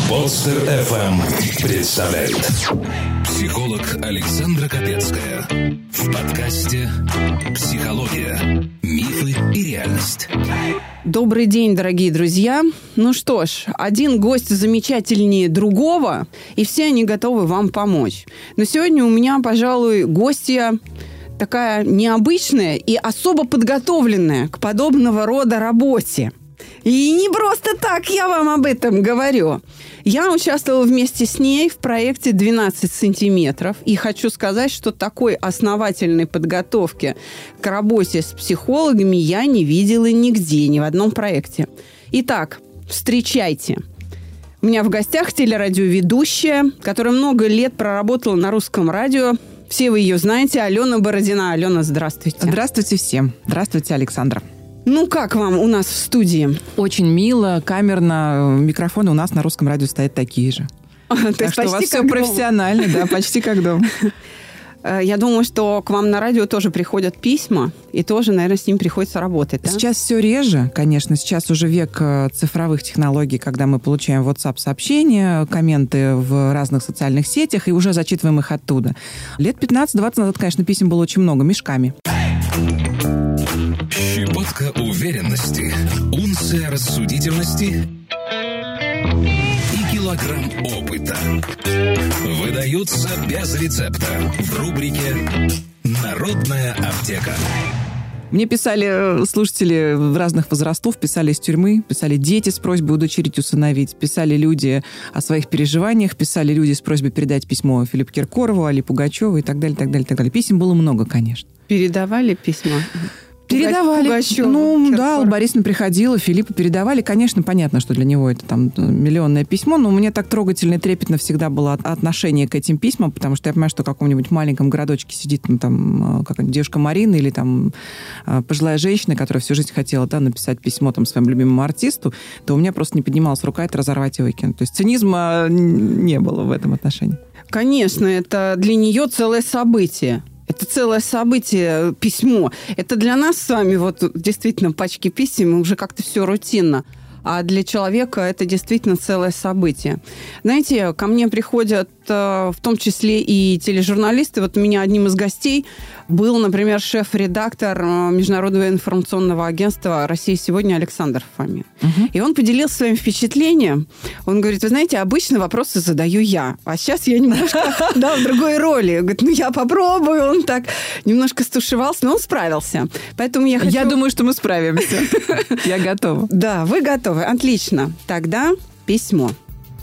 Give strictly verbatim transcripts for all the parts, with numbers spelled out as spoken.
Подстер эф эм представляет психолог Александра Капецкая в подкасте «Психология. Мифы и реальность». Добрый день, дорогие друзья. Ну что ж, один гость замечательнее другого, и все они готовы вам помочь. Но сегодня у меня, пожалуй, гостья такая необычная и особо подготовленная к подобного рода работе. И не просто так я вам об этом говорю. Я участвовала вместе с ней в проекте двенадцать сантиметров. И хочу сказать, что такой основательной подготовки к работе с психологами я не видела нигде, ни в одном проекте. Итак, встречайте. У меня в гостях телерадиоведущая, которая много лет проработала на русском радио. Все вы ее знаете, Алена Бородина. Алена, здравствуйте. Здравствуйте всем. Здравствуйте, Александра. Ну, как вам у нас в студии? Очень мило, камерно. Микрофоны у нас на русском радио стоят такие же. То так что у вас все профессионально, да, почти как дома. Я думаю, что к вам на радио тоже приходят письма, и тоже, наверное, с ним приходится работать, да? Сейчас все реже, конечно. Сейчас уже век цифровых технологий, когда мы получаем WhatsApp-сообщения, комменты в разных социальных сетях, и уже зачитываем их оттуда. Лет пятнадцать-двадцать назад, конечно, писем было очень много, мешками. Щепотка уверенности, унция рассудительности и килограмм опыта выдаются без рецепта в рубрике «Народная аптека». Мне писали слушатели разных возрастов, писали из тюрьмы, писали дети с просьбой удочерить, усыновить, писали люди о своих переживаниях, писали люди с просьбой передать письмо Филиппу Киркорову, Али Пугачеву и так далее, так далее, так далее. Писем было много, конечно. Передавали письма? Передавали. Пугачёву, ну, Киркоров. да, Алла Борисовна приходила, Филиппу передавали. Конечно, понятно, что для него это там миллионное письмо, но у меня так трогательно и трепетно всегда было отношение к этим письмам, потому что я понимаю, что в каком-нибудь маленьком городочке сидит ну, там какая-нибудь девушка Марина или там пожилая женщина, которая всю жизнь хотела да, написать письмо там, своему любимому артисту, то у меня просто не поднималась рука это разорвать и выкинуть. То есть цинизма не было в этом отношении. Конечно, это для нее целое событие. Это целое событие, письмо. Это для нас с вами, вот действительно, пачки писем, уже как-то все рутинно. А для человека это действительно целое событие. Знаете, ко мне приходят в том числе и тележурналисты. Вот у меня одним из гостей был, например, шеф-редактор Международного информационного агентства «Россия сегодня» Александр Фомин. Угу. И он поделился своим впечатлением. Он говорит, вы знаете, обычно вопросы задаю я, а сейчас я немножко да, в другой роли. Говорит, ну я попробую. Он так немножко стушевался, но он справился. Поэтому я хочу... Я думаю, что мы справимся. Я готова. Да, вы готовы. Отлично. Тогда письмо.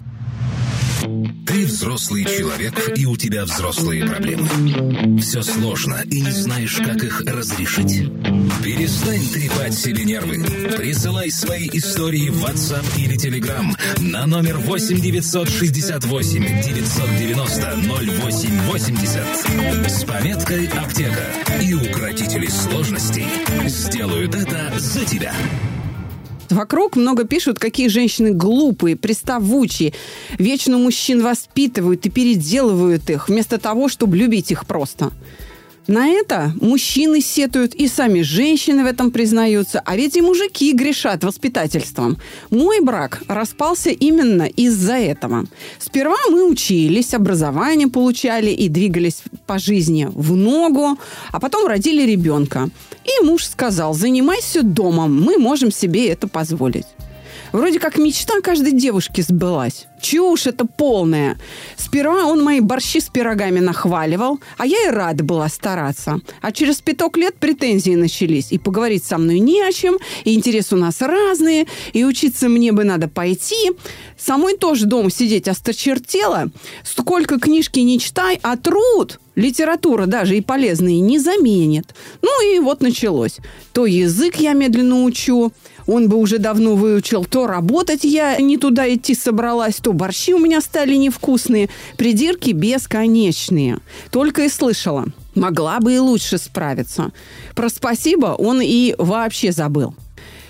Ты взрослый человек, и у тебя взрослые проблемы. Все сложно, и не знаешь, как их разрешить. Перестань трепать себе нервы. Присылай свои истории в WhatsApp или Telegram на номер восемь девятьсот шестьдесят восемь девятьсот девяносто ноль восемь восемьдесят с пометкой «Аптека». И укротители сложностей сделают это за тебя. Вокруг много пишут, какие женщины глупые, приставучие, вечно мужчин воспитывают и переделывают их, вместо того, чтобы любить их просто. На это мужчины сетуют, и сами женщины в этом признаются, а ведь и мужики грешат воспитательством. Мой брак распался именно из-за этого. Сперва мы учились, образование получали и двигались по жизни в ногу, а потом родили ребенка. И муж сказал, занимайся домом, мы можем себе это позволить. Вроде как мечта каждой девушки сбылась. Чушь это полная. Сперва он мои борщи с пирогами нахваливал, а я и рада была стараться. А через пяток лет претензии начались. И поговорить со мной не о чем, и интересы у нас разные, и учиться мне бы надо пойти. Самой тоже дома сидеть осточертела. Сколько книжки не читай, а труд, литература даже и полезные, не заменит. Ну и вот началось. То язык я медленно учу, он бы уже давно выучил, то работать я не туда идти собралась, то борщи у меня стали невкусные, придирки бесконечные. Только и слышала. Могла бы и лучше справиться. Про спасибо он и вообще забыл.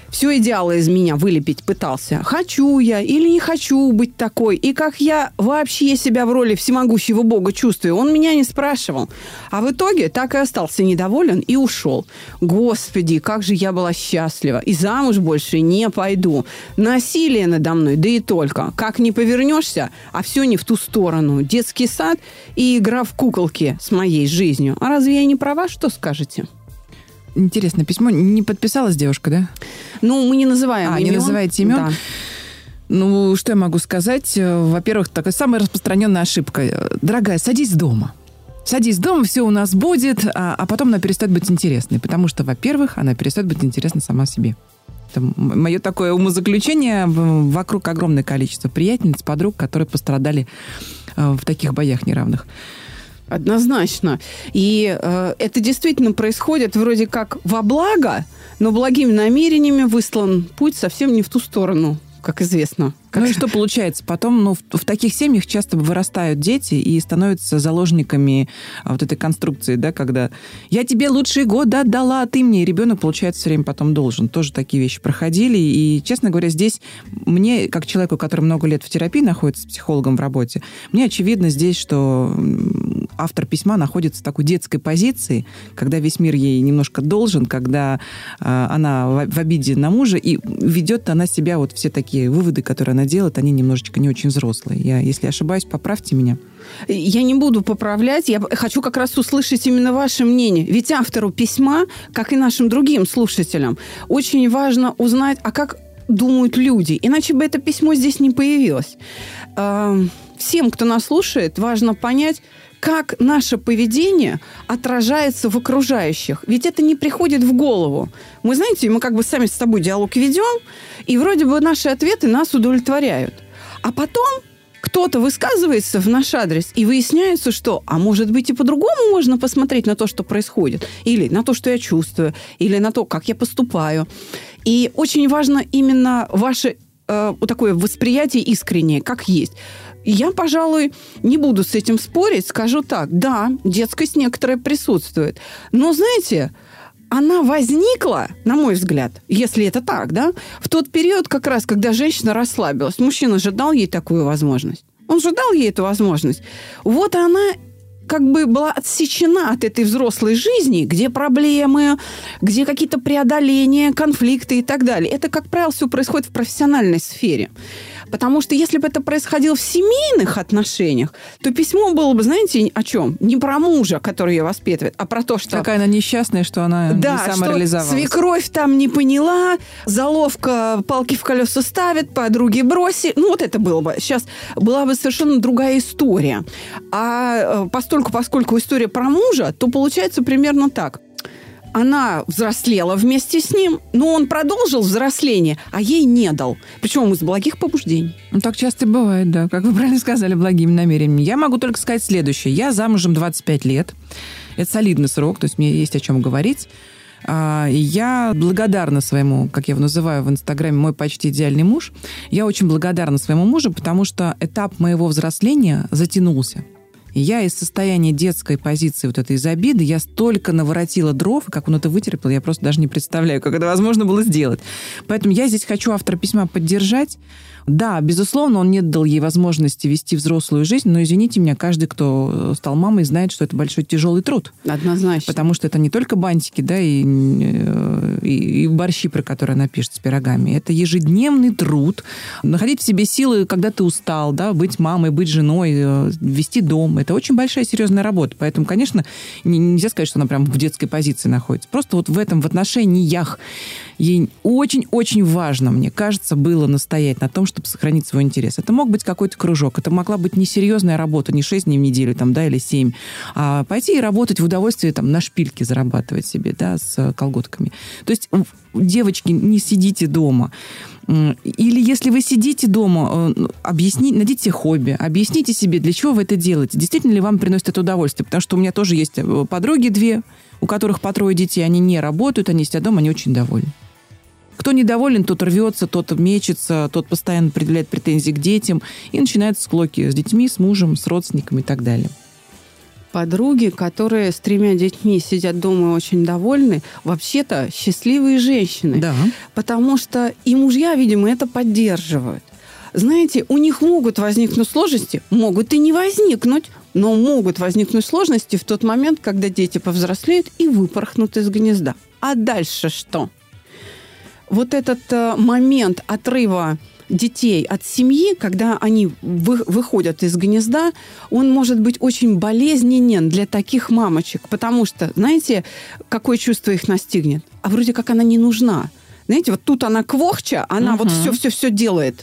все идеалы из меня вылепить пытался. Хочу я или не хочу быть такой. И как я вообще себя в роли всемогущего Бога чувствую, он меня не спрашивал. А в итоге так и остался недоволен и ушел. Господи, как же я была счастлива. И замуж больше не пойду. Насилие надо мной, да и только. Как не повернешься, а все не в ту сторону. Детский сад и игра в куколки с моей жизнью. А разве я не права? Что скажете? Интересное письмо. Не подписалась девушка, да? Ну, мы не называем а, имен. А, не называете имен? Да. Ну, что я могу сказать? Во-первых, такая самая распространенная ошибка. Дорогая, садись дома. Садись дома, все у нас будет, а, а потом она перестает быть интересной. Потому что, во-первых, она перестает быть интересна сама себе. Это мое такое умозаключение. Вокруг огромное количество приятельниц, подруг, которые пострадали в таких боях неравных. Однозначно. И э, это действительно происходит вроде как во благо, но благими намерениями выслан путь совсем не в ту сторону, как известно. Ну и что получается? Потом ну, в, в таких семьях часто вырастают дети и становятся заложниками вот этой конструкции, да, когда я тебе лучший год отдала, а ты мне. И ребенок, получается, все время потом должен. Тоже такие вещи проходили. И, честно говоря, здесь мне, как человеку, который много лет в терапии находится, с психологом в работе, мне очевидно здесь, что автор письма находится в такой детской позиции, когда весь мир ей немножко должен, когда э, она в, в обиде на мужа, и ведет она себя, вот все такие выводы, которые она делает, они немножечко не очень взрослые. Я, если ошибаюсь, поправьте меня. Я не буду поправлять, я хочу как раз услышать именно ваше мнение. Ведь автору письма, как и нашим другим слушателям, очень важно узнать, а как думают люди. Иначе бы это письмо здесь не появилось. Всем, кто нас слушает, важно понять, как наше поведение отражается в окружающих. Ведь это не приходит в голову. Мы, знаете, мы как бы сами с тобой диалог ведем, и вроде бы наши ответы нас удовлетворяют. А потом кто-то высказывается в наш адрес, и выясняется, что, а может быть, и по-другому можно посмотреть на то, что происходит, или на то, что я чувствую, или на то, как я поступаю. И очень важно именно ваше э, такое восприятие искреннее, как есть. Я, пожалуй, не буду с этим спорить, скажу так, да, детскость некоторая присутствует. Но, знаете, она возникла, на мой взгляд, если это так, да, в тот период как раз, когда женщина расслабилась. Мужчина же дал ей такую возможность. Он же дал ей эту возможность. Вот она как бы была отсечена от этой взрослой жизни, где проблемы, где какие-то преодоления, конфликты и так далее. Это, как правило, все происходит в профессиональной сфере. Потому что если бы это происходило в семейных отношениях, то письмо было бы, знаете, о чем? Не про мужа, который ее воспитывает, а про то, что... Какая она несчастная, что она да, не самореализовалась. Да, свекровь там не поняла, заловка палки в колеса ставит, подруги бросили. Ну, вот это было бы. Сейчас была бы совершенно другая история. А постольку, поскольку история про мужа, то получается примерно так. Она взрослела вместе с ним, но он продолжил взросление, а ей не дал. Причем из благих побуждений. Ну, так часто и бывает, да. Как вы правильно сказали, благими намерениями. Я могу только сказать следующее. Я замужем двадцать пять лет. Это солидный срок, то есть мне есть о чем говорить. Я благодарна своему, как я его называю в Инстаграме, мой почти идеальный муж. Я очень благодарна своему мужу, потому что этап моего взросления затянулся. И я из состояния детской позиции, вот этой из обиды, я столько наворотила дров, и как он это вытерпел, я просто даже не представляю, как это возможно было сделать. Поэтому я здесь хочу автора письма поддержать. Да, безусловно, он не дал ей возможности вести взрослую жизнь, но, извините меня, каждый, кто стал мамой, знает, что это большой тяжелый труд. Однозначно. Потому что это не только бантики, да, и, и, и борщи, про которые она пишет с пирогами. Это ежедневный труд. Находить в себе силы, когда ты устал, да, быть мамой, быть женой, вести дом. Это очень большая серьезная работа. Поэтому, конечно, нельзя сказать, что она прям в детской позиции находится. Просто вот в этом, в отношениях ей очень-очень важно, мне кажется, было настоять на том, чтобы сохранить свой интерес. Это мог быть какой-то кружок, это могла быть несерьезная работа, не шесть дней в неделю там, да, или семь, а пойти и работать в удовольствие, там, на шпильке зарабатывать себе, да, с колготками. То есть, девочки, не сидите дома. Или если вы сидите дома, объясните, найдите хобби, объясните себе, для чего вы это делаете, действительно ли вам приносит это удовольствие. Потому что у меня тоже есть подруги две, у которых по трое детей, они не работают, они сидят дома, они очень довольны. Кто недоволен, тот рвется, тот мечется, тот постоянно предъявляет претензии к детям, и начинаются склоки с детьми, с мужем, с родственниками и так далее. Подруги, которые с тремя детьми сидят дома и очень довольны, вообще-то счастливые женщины. Да. Потому что и мужья, видимо, это поддерживают. Знаете, у них могут возникнуть сложности, могут и не возникнуть, но могут возникнуть сложности в тот момент, когда дети повзрослеют и выпорхнут из гнезда. А дальше что? Вот этот э, момент отрыва детей от семьи, когда они вы, выходят из гнезда, он может быть очень болезненен для таких мамочек. Потому что, знаете, какое чувство их настигнет? А вроде как она не нужна. Знаете, вот тут она квохча, она угу. вот все-все-все делает.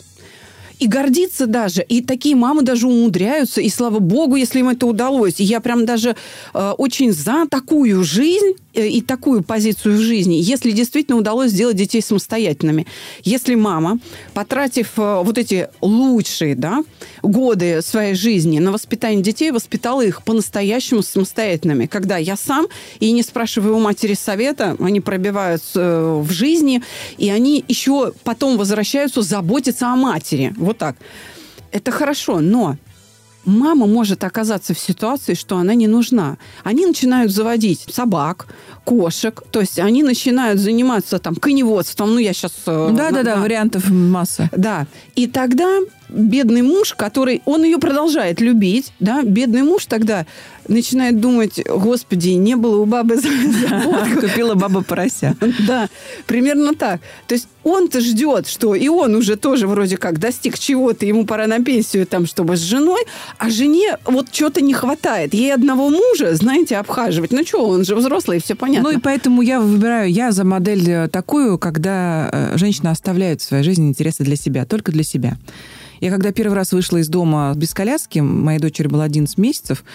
И гордится даже. И такие мамы даже умудряются. И слава богу, если им это удалось. И я прям даже э, очень за такую жизнь э, и такую позицию в жизни, если действительно удалось сделать детей самостоятельными. Если мама, потратив э, вот эти лучшие да, годы своей жизни на воспитание детей, воспитала их по-настоящему самостоятельными. Когда я сам, и не спрашиваю у матери совета, они пробиваются э, в жизни, и они еще потом возвращаются заботиться о матери. Вот так. Это хорошо, но мама может оказаться в ситуации, что она не нужна. Они начинают заводить собак, кошек, то есть они начинают заниматься там коневодством. Ну, я сейчас... Да-да-да, вариантов масса. Да. И тогда бедный муж, который... Он ее продолжает любить, да, бедный муж тогда начинает думать, господи, не было у бабы заботы. Купила баба порося. Да, примерно так. То есть он-то ждет, что и он уже тоже вроде как достиг чего-то, ему пора на пенсию, там, чтобы с женой, а жене вот чего-то не хватает. Ей одного мужа, знаете, обхаживать. Ну что, он же взрослый, все понятно. Ну и поэтому я выбираю, я за модель такую, когда женщина оставляет в своей жизни интересы для себя, только для себя. Я когда первый раз вышла из дома без коляски, моей дочери было одиннадцать месяцев,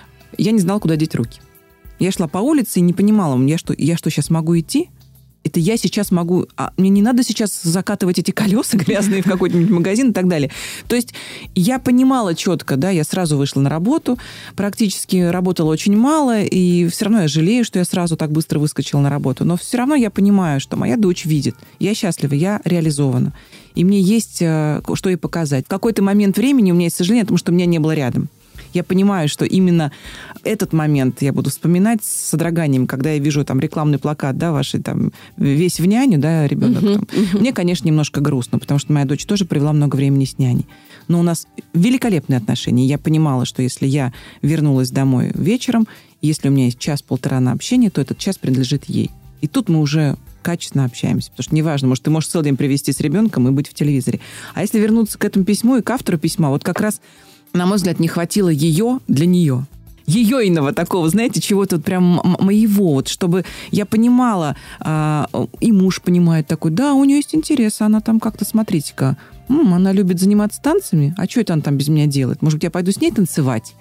я не знала, куда деть руки. Я шла по улице и не понимала, я что, я что, сейчас могу идти? Это я сейчас могу... А мне не надо сейчас закатывать эти колеса грязные в какой-нибудь магазин и так далее. То есть я понимала четко, да, я сразу вышла на работу, практически работала очень мало, и все равно я жалею, что я сразу так быстро выскочила на работу. Но все равно я понимаю, что моя дочь видит. Я счастлива, я реализована. И мне есть что ей показать. В какой-то момент времени у меня есть сожаление, потому что меня не было рядом. Я понимаю, что именно этот момент я буду вспоминать с содроганием, когда я вижу там рекламный плакат, да, вашей там «Весь в няню», да, ребенок. Uh-huh, uh-huh. Мне, конечно, немножко грустно, потому что моя дочь тоже провела много времени с няней. Но у нас великолепные отношения. Я понимала, что если я вернулась домой вечером, если у меня есть час-полтора на общение, то этот час принадлежит ей. И тут мы уже качественно общаемся. Потому что неважно, может, ты можешь целый день провести с ребенком и быть в телевизоре. А если вернуться к этому письму и к автору письма, вот как раз, на мой взгляд, не хватило ее для нее. Ее иного такого, знаете, чего-то вот прям моего, вот, чтобы я понимала, а, и муж понимает такой, да, у нее есть интерес, она там как-то, смотрите-ка, м, она любит заниматься танцами, а что это она там без меня делает? Может быть, я пойду с ней танцевать?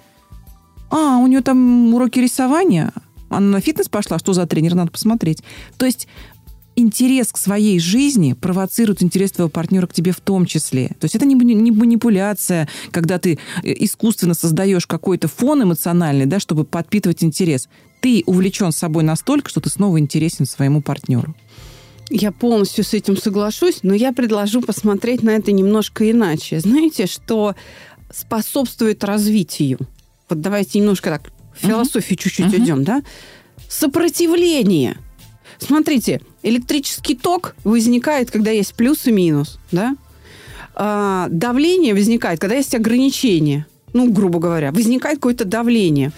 А, у нее там уроки рисования, она на фитнес пошла, что за тренер, надо посмотреть. То есть интерес к своей жизни провоцирует интерес твоего партнера к тебе в том числе. То есть это не манипуляция, когда ты искусственно создаешь какой-то фон эмоциональный, да, чтобы подпитывать интерес. Ты увлечен собой настолько, что ты снова интересен своему партнеру. Я полностью с этим соглашусь, но я предложу посмотреть на это немножко иначе. Знаете, что способствует развитию? Вот давайте немножко так в философию uh-huh. чуть-чуть uh-huh. идем, да? Сопротивление. Смотрите, электрический ток возникает, когда есть плюс и минус, да? А, давление возникает, когда есть ограничения. Ну, грубо говоря, возникает какое-то давление.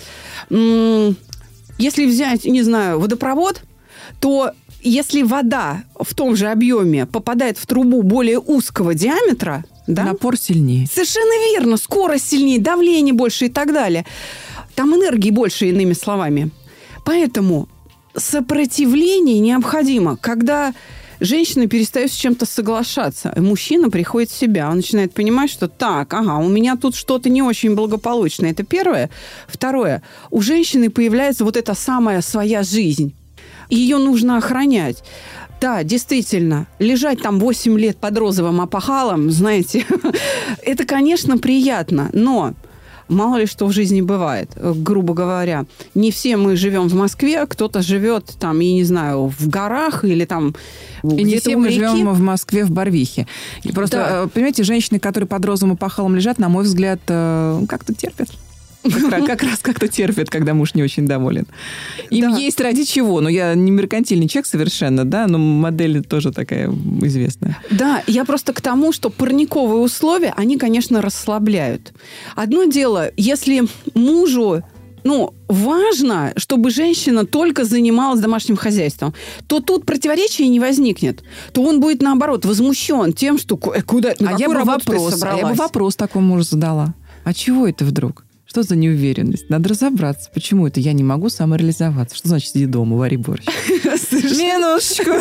Если взять, не знаю, водопровод, то если вода в том же объеме попадает в трубу более узкого диаметра, да? Напор сильнее. Совершенно верно. Скорость сильнее, давление больше и так далее. Там энергии больше, иными словами. Поэтому сопротивление необходимо, когда женщина перестает с чем-то соглашаться. Мужчина приходит в себя, он начинает понимать, что так, ага, у меня тут что-то не очень благополучное. Это первое. Второе. У женщины появляется вот эта самая своя жизнь. Ее нужно охранять. Да, действительно, лежать там восемь лет под розовым опахалом, знаете, это, конечно, приятно, но мало ли что в жизни бывает, грубо говоря. Не все мы живем в Москве, кто-то живет там, я не знаю, в горах или там и где-то не все мы реки. Живем в Москве в Барвихе. И просто, да. Понимаете, женщины, которые под розовым опахалом лежат, на мой взгляд, как-то терпят. Как раз, как раз как-то терпят, когда муж не очень доволен. Им да. есть ради чего. Ну, я не меркантильный человек совершенно, да, но модель тоже такая известная. Да, я просто к тому, что парниковые условия, они, конечно, расслабляют. Одно дело, если мужу ну, важно, чтобы женщина только занималась домашним хозяйством, то тут противоречия не возникнет. То он будет, наоборот, возмущен тем, что куда, а я бы вопрос, а я бы вопрос такой мужу задала. А чего это вдруг? Что за неуверенность? Надо разобраться, почему это я не могу самореализоваться. Что значит сиди дома, вари борщ? Минуточку.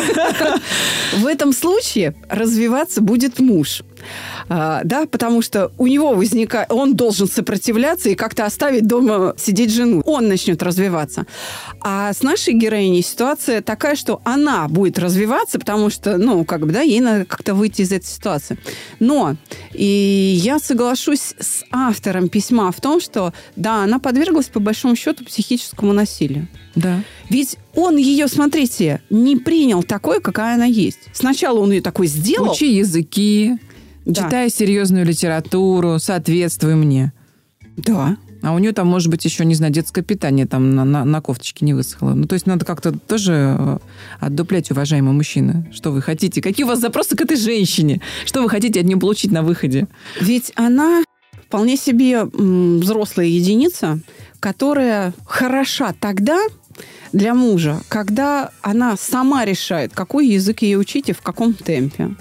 В этом случае развиваться будет муж. А, да, потому что у него возникает... Он должен сопротивляться и как-то оставить дома сидеть жену. Он начнет развиваться. А с нашей героиней ситуация такая, что она будет развиваться, потому что, ну, как бы, да, ей надо как-то выйти из этой ситуации. Но и я соглашусь с автором письма в том, что, да, она подверглась, по большому счету, психическому насилию. Да. Ведь он ее, смотрите, не принял такой, какая она есть. Сначала он ее такой сделал. Учи языки, да. читай серьезную литературу, соответствуй мне. Да. А у нее там, может быть, еще, не знаю, детское питание там на, на, на кофточке не высохло. Ну, то есть надо как-то тоже отдуплять, уважаемые мужчины. Что вы хотите? Какие у вас запросы к этой женщине? Что вы хотите от нее получить на выходе? Ведь она вполне себе м, взрослая единица, которая хороша тогда для мужа, когда она сама решает, какой язык ей учить и в каком темпе.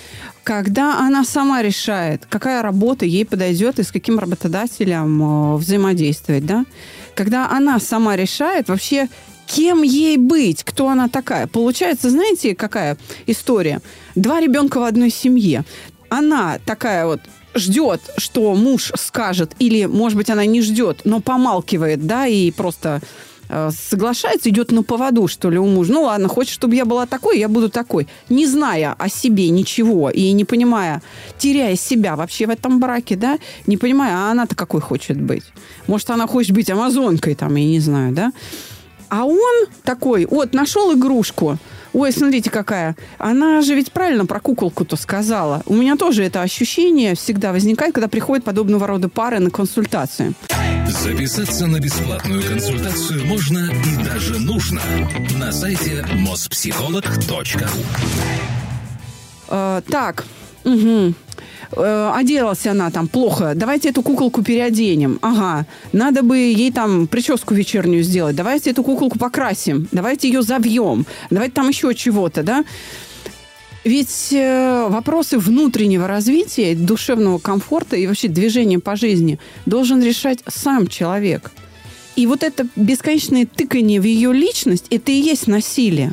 Когда она сама решает, какая работа ей подойдет и с каким работодателем взаимодействовать, да? Когда она сама решает вообще, кем ей быть, кто она такая. Получается, знаете, какая история? Два ребенка в одной семье. Она такая вот ждет, что муж скажет, или, может быть, она не ждет, но помалкивает, да, и просто э, соглашается, идет на поводу, что ли, у мужа. Ну, ладно, хочешь, чтобы я была такой, я буду такой. Не зная о себе ничего и не понимая, теряя себя вообще в этом браке, да, не понимая, а она-то какой хочет быть. Может, она хочет быть амазонкой, там, я не знаю, да. А он такой, вот, нашел игрушку. Ой, смотрите, какая. Она же ведь правильно про куколку-то сказала. У меня тоже это ощущение всегда возникает, когда приходят подобного рода пары на консультацию. Записаться на бесплатную консультацию можно и даже нужно на сайте mospsycholog точка ру. Э, так, угу. Э, оделась она там плохо. Давайте эту куколку переоденем. Ага. Надо бы ей там прическу вечернюю сделать. Давайте эту куколку покрасим. Давайте ее завьем. Давайте там еще чего-то, да? Ведь э, вопросы внутреннего развития, душевного комфорта и вообще движения по жизни должен решать сам человек. И вот это бесконечное тыканье в ее личность, это и есть насилие.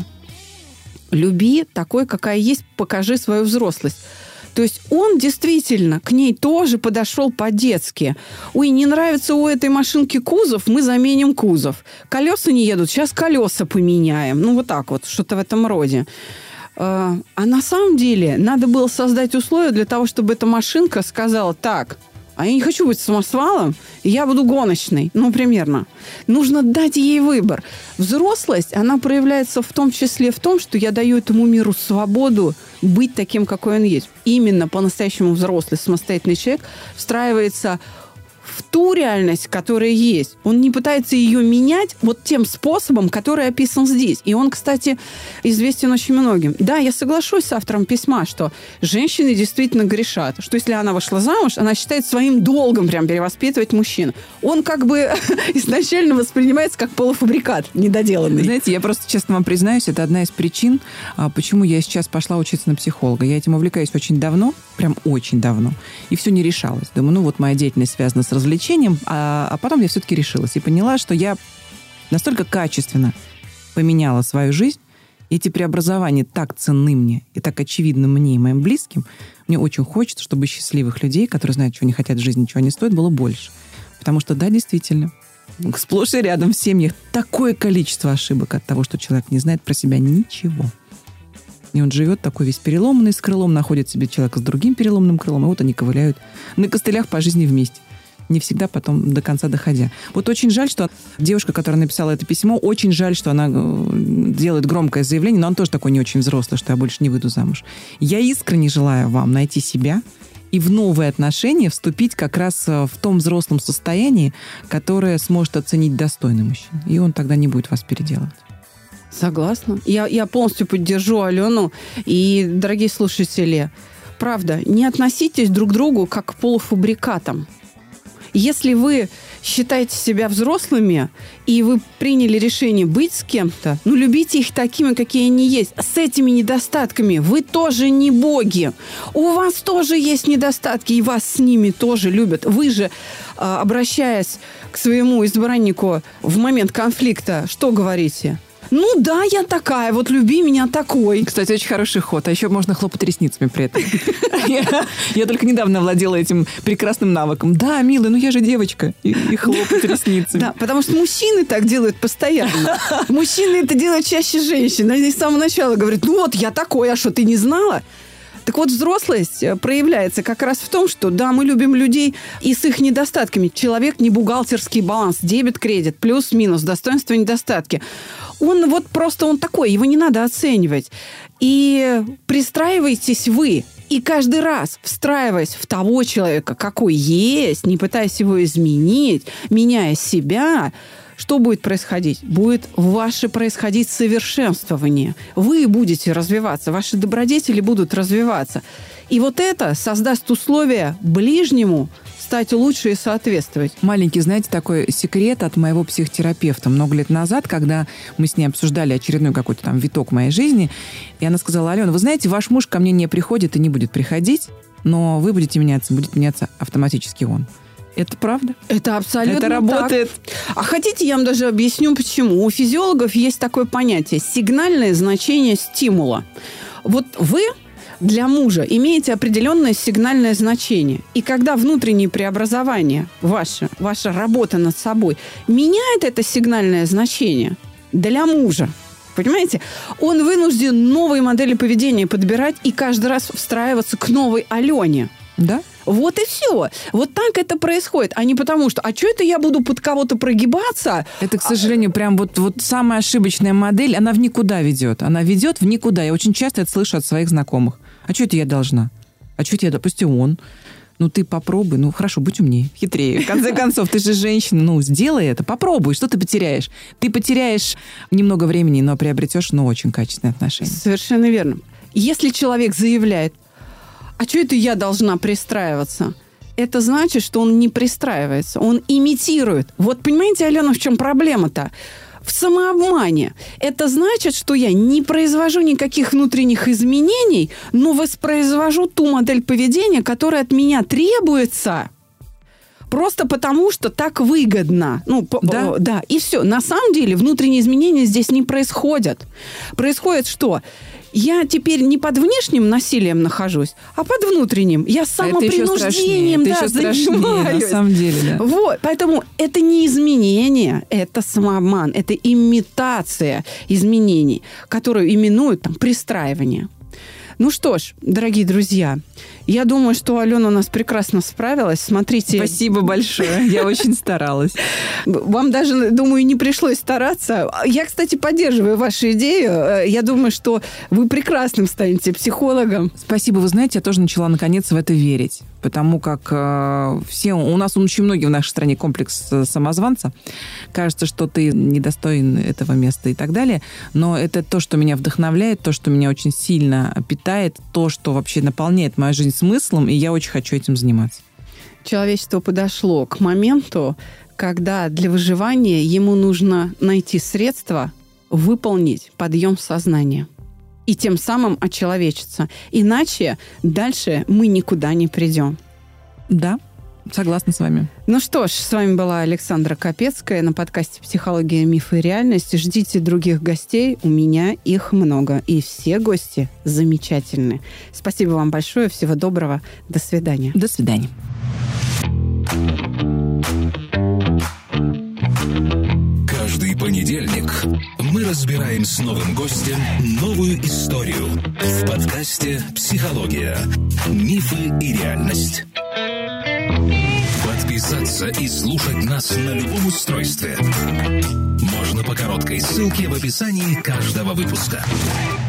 Люби такой, какая есть, покажи свою взрослость. То есть он действительно к ней тоже подошел по-детски. Ой, не нравится у этой машинки кузов, мы заменим кузов. Колеса не едут, сейчас колеса поменяем. Ну, вот так вот, что-то в этом роде. А на самом деле надо было создать условия для того, чтобы эта машинка сказала: так, а я не хочу быть самосвалом, я буду гоночной. Ну, примерно. Нужно дать ей выбор. Взрослость, она проявляется в том числе в том, что я даю этому миру свободу быть таким, какой он есть. Именно по-настоящему взрослый, самостоятельный человек встраивается в ту реальность, которая есть. Он не пытается ее менять вот тем способом, который описан здесь. И он, кстати, известен очень многим. Да, я соглашусь с автором письма, что женщины действительно грешат. Что если она вышла замуж, она считает своим долгом прям перевоспитывать мужчину. Он как бы изначально воспринимается как полуфабрикат недоделанный. Знаете, я просто, честно вам признаюсь, это одна из причин, почему я сейчас пошла учиться на психолога. Я этим увлекаюсь очень давно, прям очень давно, и все не решалось. Думаю, ну вот моя деятельность связана с развлечением, а, а потом я все-таки решилась и поняла, что я настолько качественно поменяла свою жизнь, и эти преобразования так ценны мне и так очевидны мне и моим близким. Мне очень хочется, чтобы счастливых людей, которые знают, чего они хотят в жизни, чего они стоят, было больше. Потому что, да, действительно, сплошь и рядом в семьях такое количество ошибок от того, что человек не знает про себя ничего. И он живет такой весь переломанный, с крылом, находит себе человека с другим переломным крылом, и вот они ковыляют на костылях по жизни вместе. Не всегда потом до конца доходя. Вот очень жаль, что девушка, которая написала это письмо, очень жаль, что она делает громкое заявление, но он тоже такой не очень взрослый, что я больше не выйду замуж. Я искренне желаю вам найти себя и в новые отношения вступить как раз в том взрослом состоянии, которое сможет оценить достойный мужчина. И он тогда не будет вас переделывать. Согласна. Я, я полностью поддержу Алену. И, дорогие слушатели, правда, не относитесь друг к другу как к полуфабрикатам. Если вы считаете себя взрослыми, и вы приняли решение быть с кем-то, ну, любите их такими, какие они есть. С этими недостатками вы тоже не боги. У вас тоже есть недостатки, и вас с ними тоже любят. Вы же, обращаясь к своему избраннику в момент конфликта, что говорите? Ну да, я такая, вот люби меня такой. Кстати, очень хороший ход. А еще можно хлопать ресницами при этом. Я только недавно владела этим прекрасным навыком. Да, милый, ну я же девочка. И хлопать ресницами. Да, потому что мужчины так делают постоянно. Мужчины это делают чаще женщин. Они с самого начала говорят, ну вот я такой, а что, ты не знала? Так вот, взрослость проявляется как раз в том, что, да, мы любим людей и с их недостатками. Человек не бухгалтерский баланс, дебет, кредит, плюс-минус, достоинства, недостатки. Он вот просто он такой, его не надо оценивать. И пристраивайтесь вы. И каждый раз, встраиваясь в того человека, какой есть, не пытаясь его изменить, меняя себя, что будет происходить? Будет ваше происходить совершенствование. Вы будете развиваться, ваши добродетели будут развиваться. И вот это создаст условия ближнему стать лучше и соответствовать. Маленький, знаете, такой секрет от моего психотерапевта. Много лет назад, когда мы с ней обсуждали очередной какой-то там виток моей жизни, и она сказала: Алена, вы знаете, ваш муж ко мне не приходит и не будет приходить, но вы будете меняться, будет меняться автоматически он. Это правда? Это абсолютно Это работает. Так. А хотите, я вам даже объясню, почему. У физиологов есть такое понятие – сигнальное значение стимула. Вот вы для мужа имеете определенное сигнальное значение. И когда внутренние преобразования, ваша, ваша работа над собой, меняет это сигнальное значение для мужа, понимаете, он вынужден новые модели поведения подбирать и каждый раз встраиваться к новой Алене. Да? Вот и все. Вот так это происходит. А не потому, что, а что это я буду под кого-то прогибаться? Это, к сожалению, прям вот, вот самая ошибочная модель, она в никуда ведет. Она ведет в никуда. Я очень часто это слышу от своих знакомых. А что это я должна? А что это я, допустим, он? Ну, ты попробуй. Ну, хорошо, будь умнее, хитрее. В конце концов, ты же женщина. Ну, сделай это, попробуй. Что ты потеряешь? Ты потеряешь немного времени, но приобретешь, ну, очень качественные отношения. Совершенно верно. Если человек заявляет: а что это я должна пристраиваться? Это значит, что он не пристраивается, он имитирует. Вот понимаете, Алена, в чем проблема-то? В самообмане. Это значит, что я не произвожу никаких внутренних изменений, но воспроизвожу ту модель поведения, которая от меня требуется, просто потому, что так выгодно. Ну, да. По, да, и все. На самом деле внутренние изменения здесь не происходят. Происходит что? Я теперь не под внешним насилием нахожусь, а под внутренним. Я самопринуждением, это да, еще страшнее, занимаюсь. На самом деле, да. Вот, поэтому это не изменение, это самообман, это имитация изменений, которую именуют там пристраивание. Ну что ж, дорогие друзья, я думаю, что Алена у нас прекрасно справилась. Смотрите. Спасибо большое. Я очень старалась. Вам даже, думаю, не пришлось стараться. Я, кстати, поддерживаю вашу идею. Я думаю, что вы прекрасным станете психологом. Спасибо. Вы знаете, я тоже начала наконец в это верить. Потому как э, все... У нас очень многие в нашей стране комплекс самозванца. Кажется, что ты недостоин этого места и так далее. Но это то, что меня вдохновляет, то, что меня очень сильно питает, то, что вообще наполняет мою жизнь смыслом, и я очень хочу этим заниматься. Человечество подошло к моменту, когда для выживания ему нужно найти средства выполнить подъем сознания. И тем самым очеловечиться. Иначе дальше мы никуда не придем. Да, согласна с вами. Ну что ж, с вами была Александра Капецкая на подкасте «Психология, мифы и реальность». Ждите других гостей, у меня их много. И все гости замечательные. Спасибо вам большое, всего доброго, до свидания. До свидания. Каждый понедельник мы разбираем с новым гостем новую историю в подкасте «Психология, мифы и реальность». Подписаться и слушать нас на любом устройстве можно по короткой ссылке в описании каждого выпуска.